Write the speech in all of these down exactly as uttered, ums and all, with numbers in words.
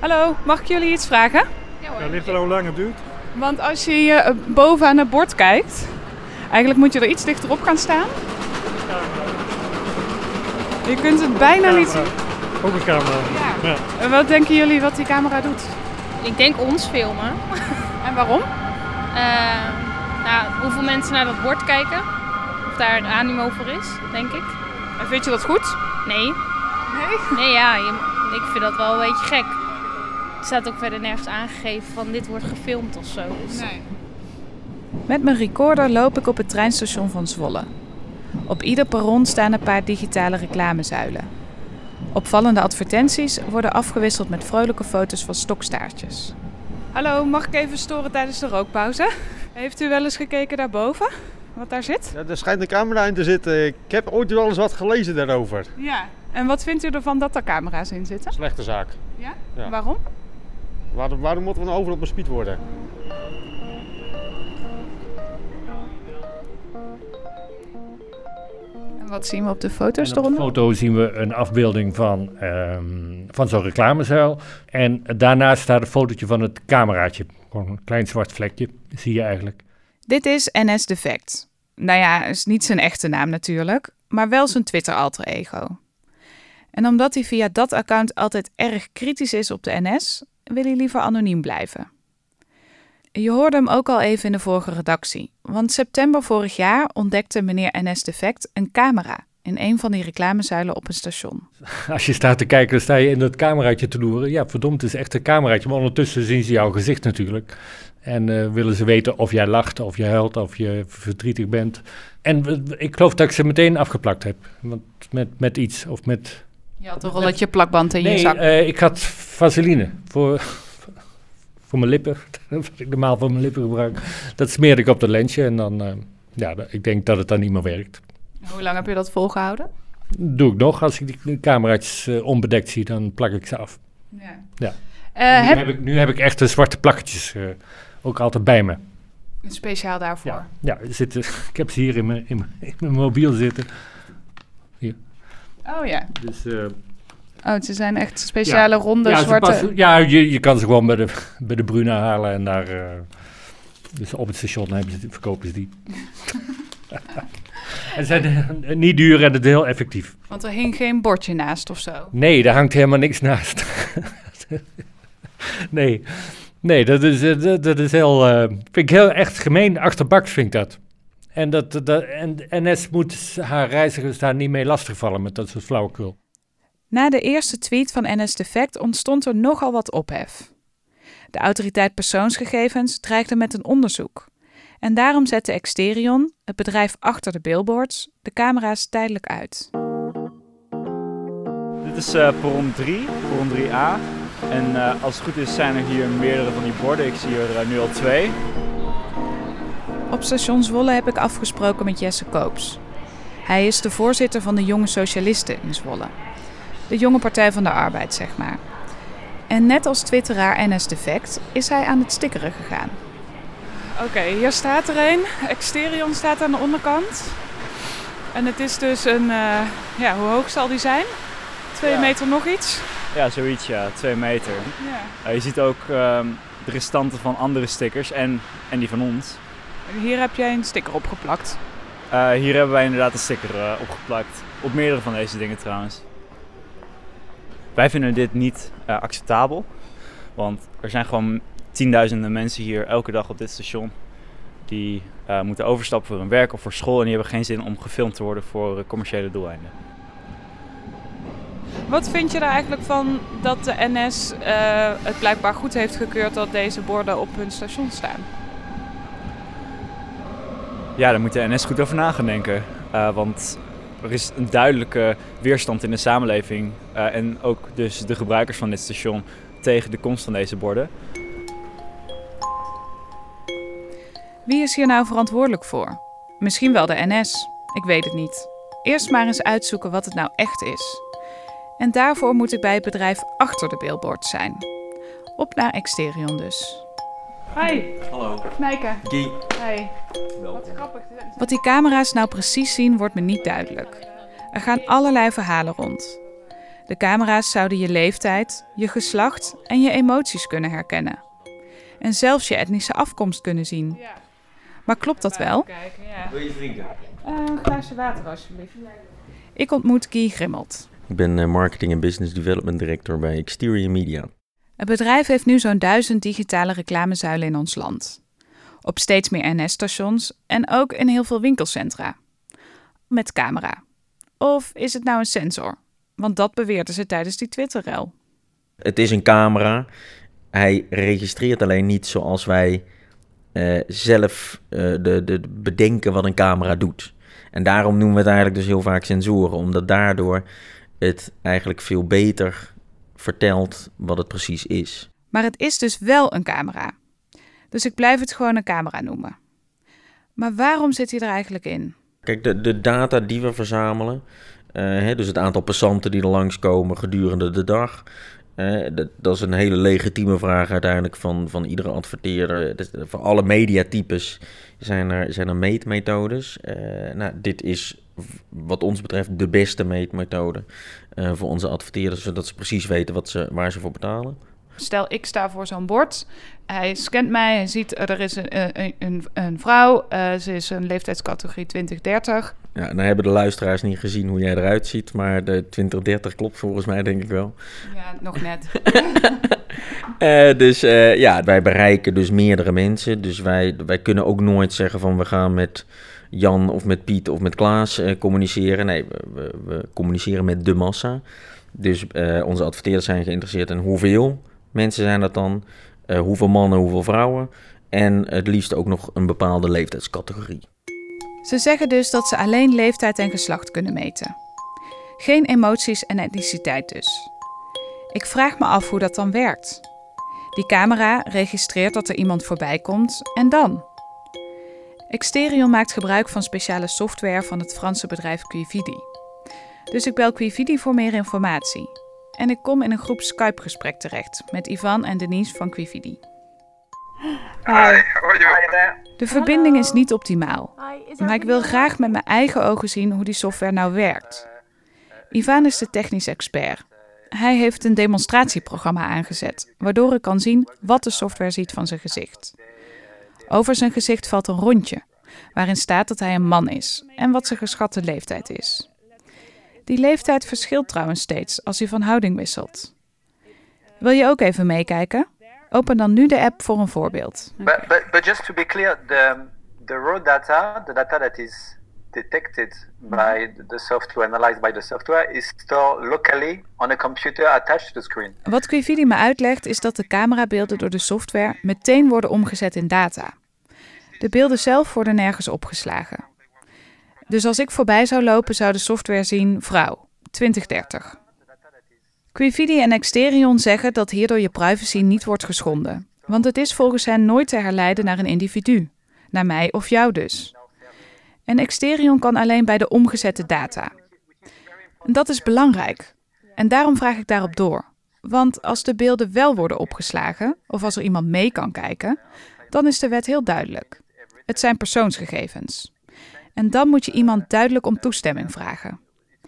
Hallo, mag ik jullie iets vragen? Ja, hoor. Ja, ligt er al hoe lang het duurt? Want als je hier boven aan het bord kijkt, eigenlijk moet je er iets dichterop gaan staan. Je kunt het bijna niet zien. Ook een camera. Ja. Ja. En wat denken jullie wat die camera doet? Ik denk ons filmen. En waarom? Uh, nou, hoeveel mensen naar dat bord kijken. Of daar animo voor is, denk ik. En vind je dat goed? Nee. Nee? Nee, ja. Je, ik vind dat wel een beetje gek. Er staat ook verder nergens aangegeven van dit wordt gefilmd of zo. Dus. Nee. Met mijn recorder loop ik op het treinstation van Zwolle. Op ieder perron staan een paar digitale reclamezuilen. Opvallende advertenties worden afgewisseld met vrolijke foto's van stokstaartjes. Hallo, mag ik even storen tijdens de rookpauze? Heeft u wel eens gekeken daarboven? Wat daar zit? Ja, er schijnt een camera in te zitten. Ik heb ooit wel eens wat gelezen daarover. Ja. En wat vindt u ervan dat er camera's in zitten? Slechte zaak. Ja? Ja. Waarom? Waarom, waarom moeten we nou overal bespied worden? En wat zien we op de foto's en op de foto zien we een afbeelding van, um, van zo'n reclamezuil. En daarnaast staat een fotootje van het cameraatje. Gewoon een klein zwart vlekje, zie je eigenlijk. Dit is N S Defect. Nou ja, is niet zijn echte naam natuurlijk, maar wel zijn Twitter alter ego. En omdat hij via dat account altijd erg kritisch is op de N S, wil hij liever anoniem blijven. Je hoorde hem ook al even in de vorige redactie, want september vorig jaar ontdekte meneer N S Defect een camera in een van die reclamezuilen op een station. Als je staat te kijken, dan sta je in dat cameraatje te loeren. Ja, verdomd, het is echt een cameraatje, maar ondertussen zien ze jouw gezicht natuurlijk. En uh, willen ze weten of jij lacht, of je huilt, of je verdrietig bent. En uh, ik geloof dat ik ze meteen afgeplakt heb, want met, met iets of met... Je had toch al dat je plakband in nee, je zak? Nee, uh, ik had vaseline voor, voor mijn lippen. Wat ik normaal voor mijn lippen gebruik. Dat smeerde ik op dat lensje en dan, uh, ja, ik denk dat het dan niet meer werkt. Hoe lang heb je dat volgehouden? Dat doe ik nog. Als ik die cameraatjes uh, onbedekt zie, dan plak ik ze af. Ja. Ja. Uh, nu, heb... heb ik, nu heb ik echt de zwarte plakketjes uh, ook altijd bij me. Speciaal daarvoor? Ja, ja zitten, ik heb ze hier in mijn, in mijn, in mijn mobiel zitten. Hier. Oh ja. Dus, uh, oh, ze zijn echt speciale ja, ronde ja, zwarte... Passen, ja, je, je kan ze gewoon bij de, bij de Bruna halen en daar... Uh, dus op het station hebben ze, verkopen ze die. En ze zijn uh, niet duur en het is heel effectief. Want er hing geen bordje naast of zo? Nee, daar hangt helemaal niks naast. nee, nee, dat is, uh, dat, dat is heel... Uh, vind ik heel echt gemeen, achterbaks vind ik dat. En, dat, dat, en N S moet haar reizigers daar niet mee lastigvallen met dat soort flauwekul. Na de eerste tweet van N S Defect ontstond er nogal wat ophef. De autoriteit persoonsgegevens dreigde met een onderzoek. En daarom zette Exterion, het bedrijf achter de billboards, de camera's tijdelijk uit. Dit is uh, perron drie, perron drie A. En uh, als het goed is zijn er hier meerdere van die borden. Ik zie er uh, nu al twee. Op station Zwolle heb ik afgesproken met Jesse Koops. Hij is de voorzitter van de Jonge Socialisten in Zwolle. De jonge Partij van de Arbeid, zeg maar. En net als twitteraar N S Defect is hij aan het stickeren gegaan. Oké, okay, hier staat er een. Exterion staat aan de onderkant. En het is dus een... Uh, ja, hoe hoog zal die zijn? Twee ja. meter nog iets? Ja, zoiets ja. Twee meter. Ja. Uh, je ziet ook uh, de restanten van andere stickers en, en die van ons. Hier heb jij een sticker opgeplakt? Uh, hier hebben wij inderdaad een sticker uh, opgeplakt. Op meerdere van deze dingen trouwens. Wij vinden dit niet uh, acceptabel. Want er zijn gewoon tienduizenden mensen hier elke dag op dit station. Die uh, moeten overstappen voor hun werk of voor school. En die hebben geen zin om gefilmd te worden voor uh, commerciële doeleinden. Wat vind je er eigenlijk van dat de N S uh, het blijkbaar goed heeft gekeurd dat deze borden op hun station staan? Ja, daar moet de N S goed over na gaan denken. Uh, want er is een duidelijke weerstand in de samenleving. Uh, en ook dus de gebruikers van dit station tegen de komst van deze borden. Wie is hier nou verantwoordelijk voor? Misschien wel de N S. Ik weet het niet. Eerst maar eens uitzoeken wat het nou echt is. En daarvoor moet ik bij het bedrijf achter de billboards zijn. Op naar Exterion dus. Hi. Hallo. Nijke. Guy. Hi. Welkom. Wat grappig. Wat die camera's nou precies zien, wordt me niet duidelijk. Er gaan allerlei verhalen rond. De camera's zouden je leeftijd, je geslacht en je emoties kunnen herkennen. En zelfs je etnische afkomst kunnen zien. Maar klopt dat wel? Wil je drinken? Uh, een glaasje water alsjeblieft. Ik ontmoet Guy Grimmelt. Ik ben uh, Marketing en Business Development Director bij Exterior Media. Het bedrijf heeft nu zo'n duizend digitale reclamezuilen in ons land. Op steeds meer N S-stations en ook in heel veel winkelcentra. Met camera. Of is het nou een sensor? Want dat beweerden ze tijdens die Twitter-rel. Het is een camera. Hij registreert alleen niet zoals wij uh, zelf uh, de, de bedenken wat een camera doet. En daarom noemen we het eigenlijk dus heel vaak sensoren. Omdat daardoor het eigenlijk veel beter vertelt wat het precies is. Maar het is dus wel een camera. Dus ik blijf het gewoon een camera noemen. Maar waarom zit hij er eigenlijk in? Kijk, de, de data die we verzamelen, uh, hè, dus het aantal passanten die er langskomen gedurende de dag, uh, dat, dat is een hele legitieme vraag uiteindelijk van, van iedere adverteerder. Dus voor alle mediatypes zijn er, zijn er meetmethodes. Uh, nou, dit is wat ons betreft de beste meetmethode uh, voor onze adverteerders, zodat ze precies weten wat ze, waar ze voor betalen. Stel, ik sta voor zo'n bord. Hij scant mij. Hij ziet, er is een, een, een, een vrouw. Uh, ze is een leeftijdscategorie twintig dertig. Ja, nou hebben de luisteraars niet gezien hoe jij eruit ziet. Maar de twintig dertig klopt volgens mij, denk ik wel. Ja, nog net. uh, dus uh, ja, wij bereiken dus meerdere mensen. Dus wij, wij kunnen ook nooit zeggen van we gaan met Jan of met Piet of met Klaas uh, communiceren. Nee, we, we, we communiceren met de massa. Dus uh, onze adverteerders zijn geïnteresseerd in hoeveel mensen zijn dat dan, uh, hoeveel mannen, hoeveel vrouwen en het liefst ook nog een bepaalde leeftijdscategorie. Ze zeggen dus dat ze alleen leeftijd en geslacht kunnen meten. Geen emoties en etniciteit dus. Ik vraag me af hoe dat dan werkt. Die camera registreert dat er iemand voorbij komt en dan? Exterion maakt gebruik van speciale software van het Franse bedrijf Quividi. Dus ik bel Quividi voor meer informatie. En ik kom in een groep Skype-gesprek terecht met Ivan en Denise van Quividi. Hi. De verbinding is niet optimaal, maar ik wil graag met mijn eigen ogen zien hoe die software nou werkt. Ivan is de technisch expert. Hij heeft een demonstratieprogramma aangezet, waardoor ik kan zien wat de software ziet van zijn gezicht. Over zijn gezicht valt een rondje, waarin staat dat hij een man is en wat zijn geschatte leeftijd is. Die leeftijd verschilt trouwens steeds als hij van houding wisselt. Wil je ook even meekijken? Open dan nu de app voor een voorbeeld. But, but, but just to be clear, the, the raw data, the data that is detected by the software, analyzed by the software, is stored locally on a computer attached to the screen. Wat Quividi me uitlegt is dat de camerabeelden door de software meteen worden omgezet in data. De beelden zelf worden nergens opgeslagen. Dus als ik voorbij zou lopen, zou de software zien vrouw, twintig dertig. Quividi en Exterion zeggen dat hierdoor je privacy niet wordt geschonden. Want het is volgens hen nooit te herleiden naar een individu. Naar mij of jou dus. En Exterion kan alleen bij de omgezette data. En dat is belangrijk. En daarom vraag ik daarop door. Want als de beelden wel worden opgeslagen, of als er iemand mee kan kijken, dan is de wet heel duidelijk. Het zijn persoonsgegevens. En dan moet je iemand duidelijk om toestemming vragen.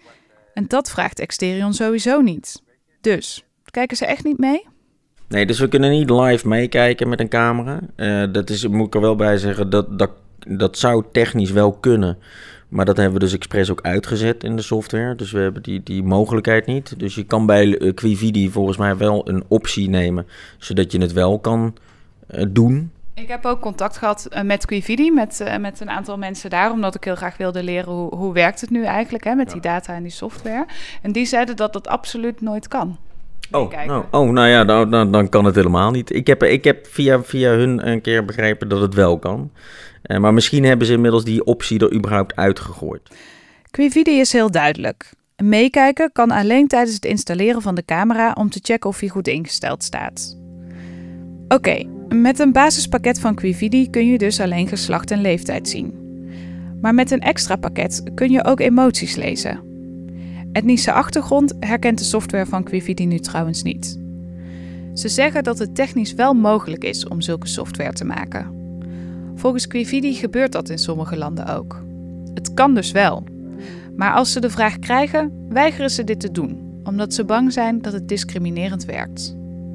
En dat vraagt Exterion sowieso niet. Dus, kijken ze echt niet mee? Nee, dus we kunnen niet live meekijken met een camera. Uh, dat is, moet ik er wel bij zeggen, dat, dat, dat zou technisch wel kunnen. Maar dat hebben we dus expres ook uitgezet in de software. Dus we hebben die, die mogelijkheid niet. Dus je kan bij uh, Quividi volgens mij wel een optie nemen, zodat je het wel kan uh, doen. Ik heb ook contact gehad uh, met Quividi, met, uh, met een aantal mensen daar, omdat ik heel graag wilde leren hoe, hoe werkt het nu eigenlijk hè, met ja. die data en die software. En die zeiden dat dat absoluut nooit kan. Oh, nou, oh, nou ja, dan, dan, dan kan het helemaal niet. Ik heb, ik heb via, via hun een keer begrepen dat het wel kan. Uh, maar misschien hebben ze inmiddels die optie er überhaupt uitgegooid. Quividi is heel duidelijk. Meekijken kan alleen tijdens het installeren van de camera om te checken of hij goed ingesteld staat. Oké. Okay. Met een basispakket van Quividi kun je dus alleen geslacht en leeftijd zien. Maar met een extra pakket kun je ook emoties lezen. Etnische achtergrond herkent de software van Quividi nu trouwens niet. Ze zeggen dat het technisch wel mogelijk is om zulke software te maken. Volgens Quividi gebeurt dat in sommige landen ook. Het kan dus wel. Maar als ze de vraag krijgen, weigeren ze dit te doen, omdat ze bang zijn dat het discriminerend werkt.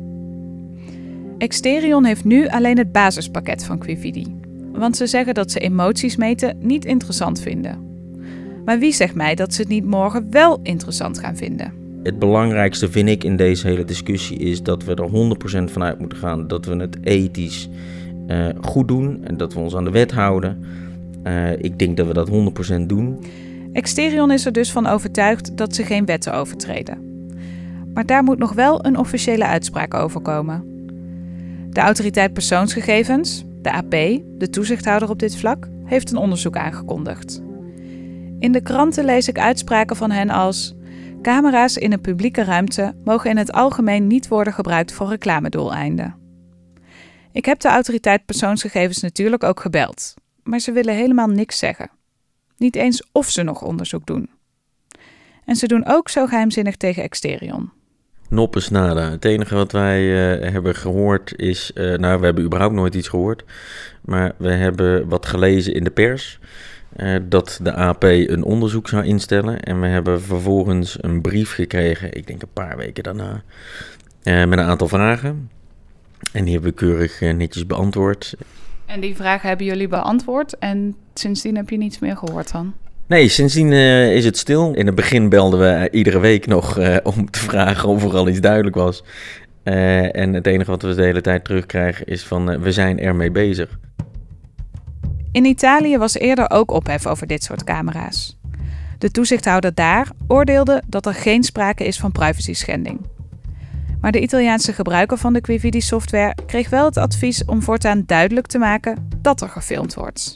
Exterion heeft nu alleen het basispakket van Quividi, want ze zeggen dat ze emoties meten niet interessant vinden. Maar wie zegt mij dat ze het niet morgen wel interessant gaan vinden? Het belangrijkste vind ik in deze hele discussie is dat we er honderd procent vanuit moeten gaan dat we het ethisch uh, goed doen en dat we ons aan de wet houden. Uh, ik denk dat we dat honderd procent doen. Exterion is er dus van overtuigd dat ze geen wetten overtreden. Maar daar moet nog wel een officiële uitspraak over komen. De Autoriteit Persoonsgegevens, de A P, de toezichthouder op dit vlak, heeft een onderzoek aangekondigd. In de kranten lees ik uitspraken van hen als: camera's in een publieke ruimte mogen in het algemeen niet worden gebruikt voor reclamedoeleinden. Ik heb de Autoriteit Persoonsgegevens natuurlijk ook gebeld, maar ze willen helemaal niks zeggen. Niet eens of ze nog onderzoek doen. En ze doen ook zo geheimzinnig tegen Exterion. Noppes nada. Het enige wat wij uh, hebben gehoord is... Uh, nou, we hebben überhaupt nooit iets gehoord. Maar we hebben wat gelezen in de pers. Uh, dat de A P een onderzoek zou instellen. En we hebben vervolgens een brief gekregen, ik denk een paar weken daarna, uh, met een aantal vragen. En die hebben we keurig uh, netjes beantwoord. En die vragen hebben jullie beantwoord en sindsdien heb je niets meer gehoord dan? Nee, sindsdien uh, is het stil. In het begin belden we uh, iedere week nog uh, om te vragen of er al iets duidelijk was. Uh, en het enige wat we de hele tijd terugkrijgen is van uh, we zijn ermee bezig. In Italië was eerder ook ophef over dit soort camera's. De toezichthouder daar oordeelde dat er geen sprake is van privacy-schending. Maar de Italiaanse gebruiker van de Quividi-software kreeg wel het advies om voortaan duidelijk te maken dat er gefilmd wordt.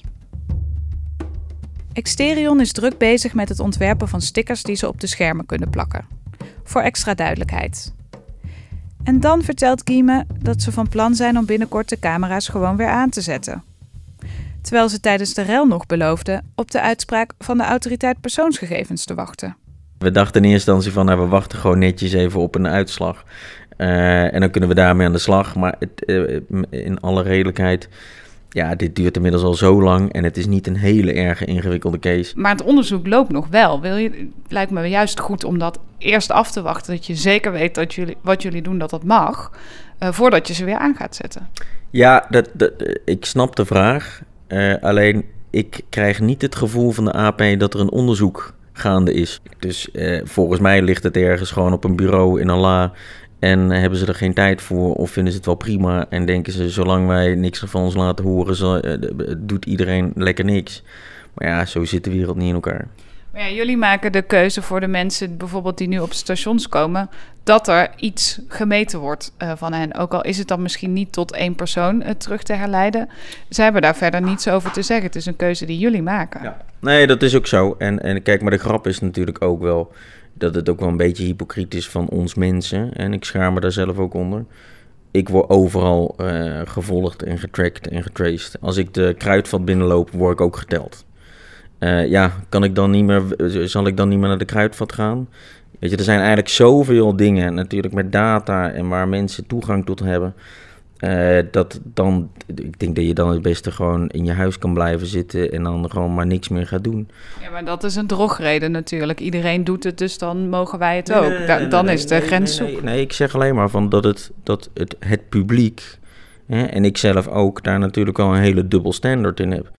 Exterion is druk bezig met het ontwerpen van stickers die ze op de schermen kunnen plakken. Voor extra duidelijkheid. En dan vertelt Guy dat ze van plan zijn om binnenkort de camera's gewoon weer aan te zetten. Terwijl ze tijdens de rel nog beloofden op de uitspraak van de Autoriteit Persoonsgegevens te wachten. We dachten in eerste instantie van, nou, we wachten gewoon netjes even op een uitslag. Uh, en dan kunnen we daarmee aan de slag. Maar het, uh, in alle redelijkheid, ja, dit duurt inmiddels al zo lang en het is niet een hele erge ingewikkelde case. Maar het onderzoek loopt nog wel. Wil je, het lijkt me juist goed om dat eerst af te wachten, dat je zeker weet dat jullie, wat jullie doen, dat dat mag, uh, voordat je ze weer aan gaat zetten. Ja, dat, dat, ik snap de vraag. Uh, alleen, ik krijg niet het gevoel van de A P dat er een onderzoek gaande is. Dus uh, volgens mij ligt het ergens gewoon op een bureau in een la en hebben ze er geen tijd voor of vinden ze het wel prima en denken ze, zolang wij niks van ons laten horen, zo, uh, doet iedereen lekker niks. Maar ja, zo zit de wereld niet in elkaar. Maar ja, jullie maken de keuze voor de mensen bijvoorbeeld die nu op stations komen, dat er iets gemeten wordt uh, van hen. Ook al is het dan misschien niet tot één persoon uh, terug te herleiden. Zij hebben daar verder niets over te zeggen. Het is een keuze die jullie maken. Ja. Nee, dat is ook zo. En, en kijk, maar de grap is natuurlijk ook wel dat het ook wel een beetje hypocriet is van ons mensen. En ik schaar me daar zelf ook onder. Ik word overal uh, gevolgd en getracked en getraced. Als ik de kruidvat binnenloop, word ik ook geteld. Uh, ja, kan ik dan niet meer, zal ik dan niet meer naar de kruidvat gaan? Weet je, er zijn eigenlijk zoveel dingen, natuurlijk met data en waar mensen toegang tot hebben, uh, dat dan, ik denk dat je dan het beste gewoon in je huis kan blijven zitten en dan gewoon maar niks meer gaat doen. Ja, maar dat is een drogreden natuurlijk. Iedereen doet het, dus dan mogen wij het ook. Nee, nee, nee, da- dan nee, is de nee, grens nee, nee, nee, ik zeg alleen maar van dat het, dat het, het publiek, hè, en ik zelf ook, daar natuurlijk al een hele dubbel standaard in heb.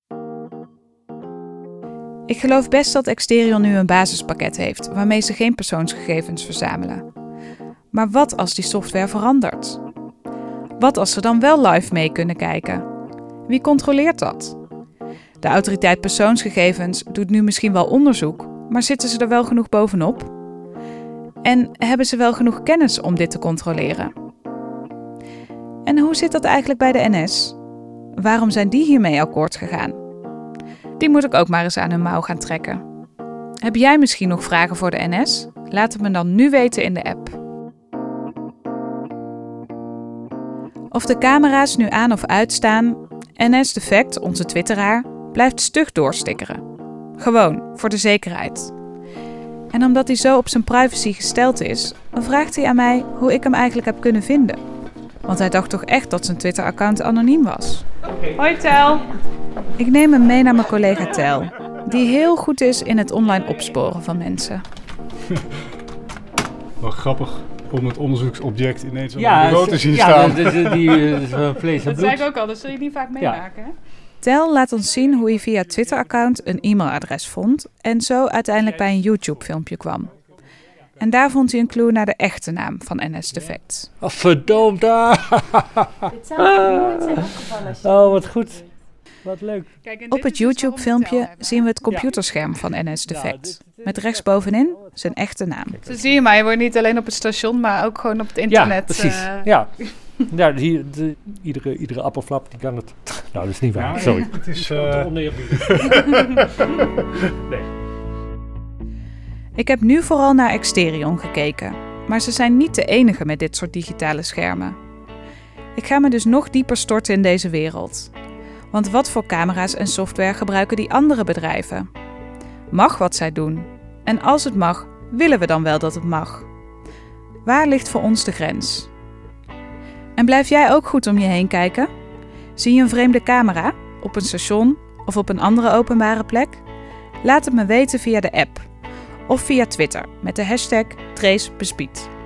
Ik geloof best dat Exterion nu een basispakket heeft, waarmee ze geen persoonsgegevens verzamelen. Maar wat als die software verandert? Wat als ze dan wel live mee kunnen kijken? Wie controleert dat? De Autoriteit Persoonsgegevens doet nu misschien wel onderzoek, maar zitten ze er wel genoeg bovenop? En hebben ze wel genoeg kennis om dit te controleren? En hoe zit dat eigenlijk bij de N S? Waarom zijn die hiermee akkoord gegaan? Die moet ik ook maar eens aan hun mouw gaan trekken. Heb jij misschien nog vragen voor de N S? Laat het me dan nu weten in de app. Of de camera's nu aan of uitstaan, N S Defect, onze twitteraar, blijft stug doorstikkeren. Gewoon, voor de zekerheid. En omdat hij zo op zijn privacy gesteld is, vraagt hij aan mij hoe ik hem eigenlijk heb kunnen vinden. Want hij dacht toch echt dat zijn Twitter-account anoniem was. Okay. Hoi Tel. Ik neem hem mee naar mijn collega Tel, die heel goed is in het online opsporen van mensen. Wel grappig om het onderzoeksobject ineens op Ja, het bureau te zien ja, staan. dat is, die is uh, vlees en Dat bloed. zei ik ook al, dat zul je niet vaak meemaken. Hè? Tel laat ons zien hoe hij via het Twitter-account een e-mailadres vond en zo uiteindelijk bij een YouTube-filmpje kwam. En daar vond hij een clue naar de echte naam van N S Defect. Oh, verdomd. Ah. Dit zou me nooit zijn opgevallen als je Oh, wat goed. Wat leuk. Kijk, en Op dit het is dus waarom YouTube-filmpje we tel hebben. zien we het computerscherm van N S Defect. Met rechtsbovenin zijn echte naam. Zo zie je maar, je wordt niet alleen op het station, maar ook gewoon op het internet. Ja, precies. eh, Ja. Ja, hier, de, iedere, iedere appelflap die kan het. Nou, dat is niet waar. Ja, Sorry. Het is, Ik kan het uh, oneerbiedig. Nee. Ik heb nu vooral naar Exterion gekeken, maar ze zijn niet de enige met dit soort digitale schermen. Ik ga me dus nog dieper storten in deze wereld. Want wat voor camera's en software gebruiken die andere bedrijven? Mag wat zij doen? En als het mag, willen we dan wel dat het mag? Waar ligt voor ons de grens? En blijf jij ook goed om je heen kijken? Zie je een vreemde camera op een station of op een andere openbare plek? Laat het me weten via de app of via Twitter met de hashtag TraceBespied.